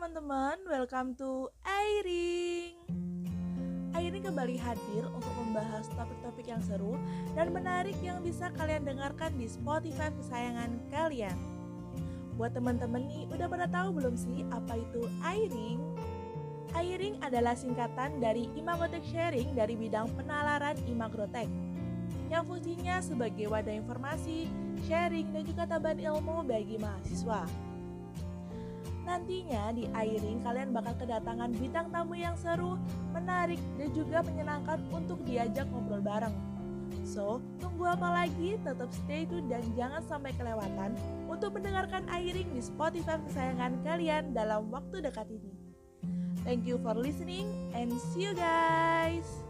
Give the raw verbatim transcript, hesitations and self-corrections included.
teman-teman, welcome to Airing. Airing kembali hadir untuk membahas topik-topik yang seru dan menarik yang bisa kalian dengarkan di Spotify kesayangan kalian. Buat teman-teman nih, udah pada tahu belum sih apa itu Airing? Airing adalah singkatan dari Imagotek Sharing dari bidang penalaran Imagrotek, yang fungsinya sebagai wadah informasi, sharing, dan juga tambahan ilmu bagi mahasiswa. Nantinya di Airing kalian bakal kedatangan bintang tamu yang seru, menarik, dan juga menyenangkan untuk diajak ngobrol bareng. So, tunggu apa lagi? Tetap stay tune dan jangan sampai kelewatan untuk mendengarkan Airing di Spotify kesayangan kalian dalam waktu dekat ini. Thank you for listening and see you guys!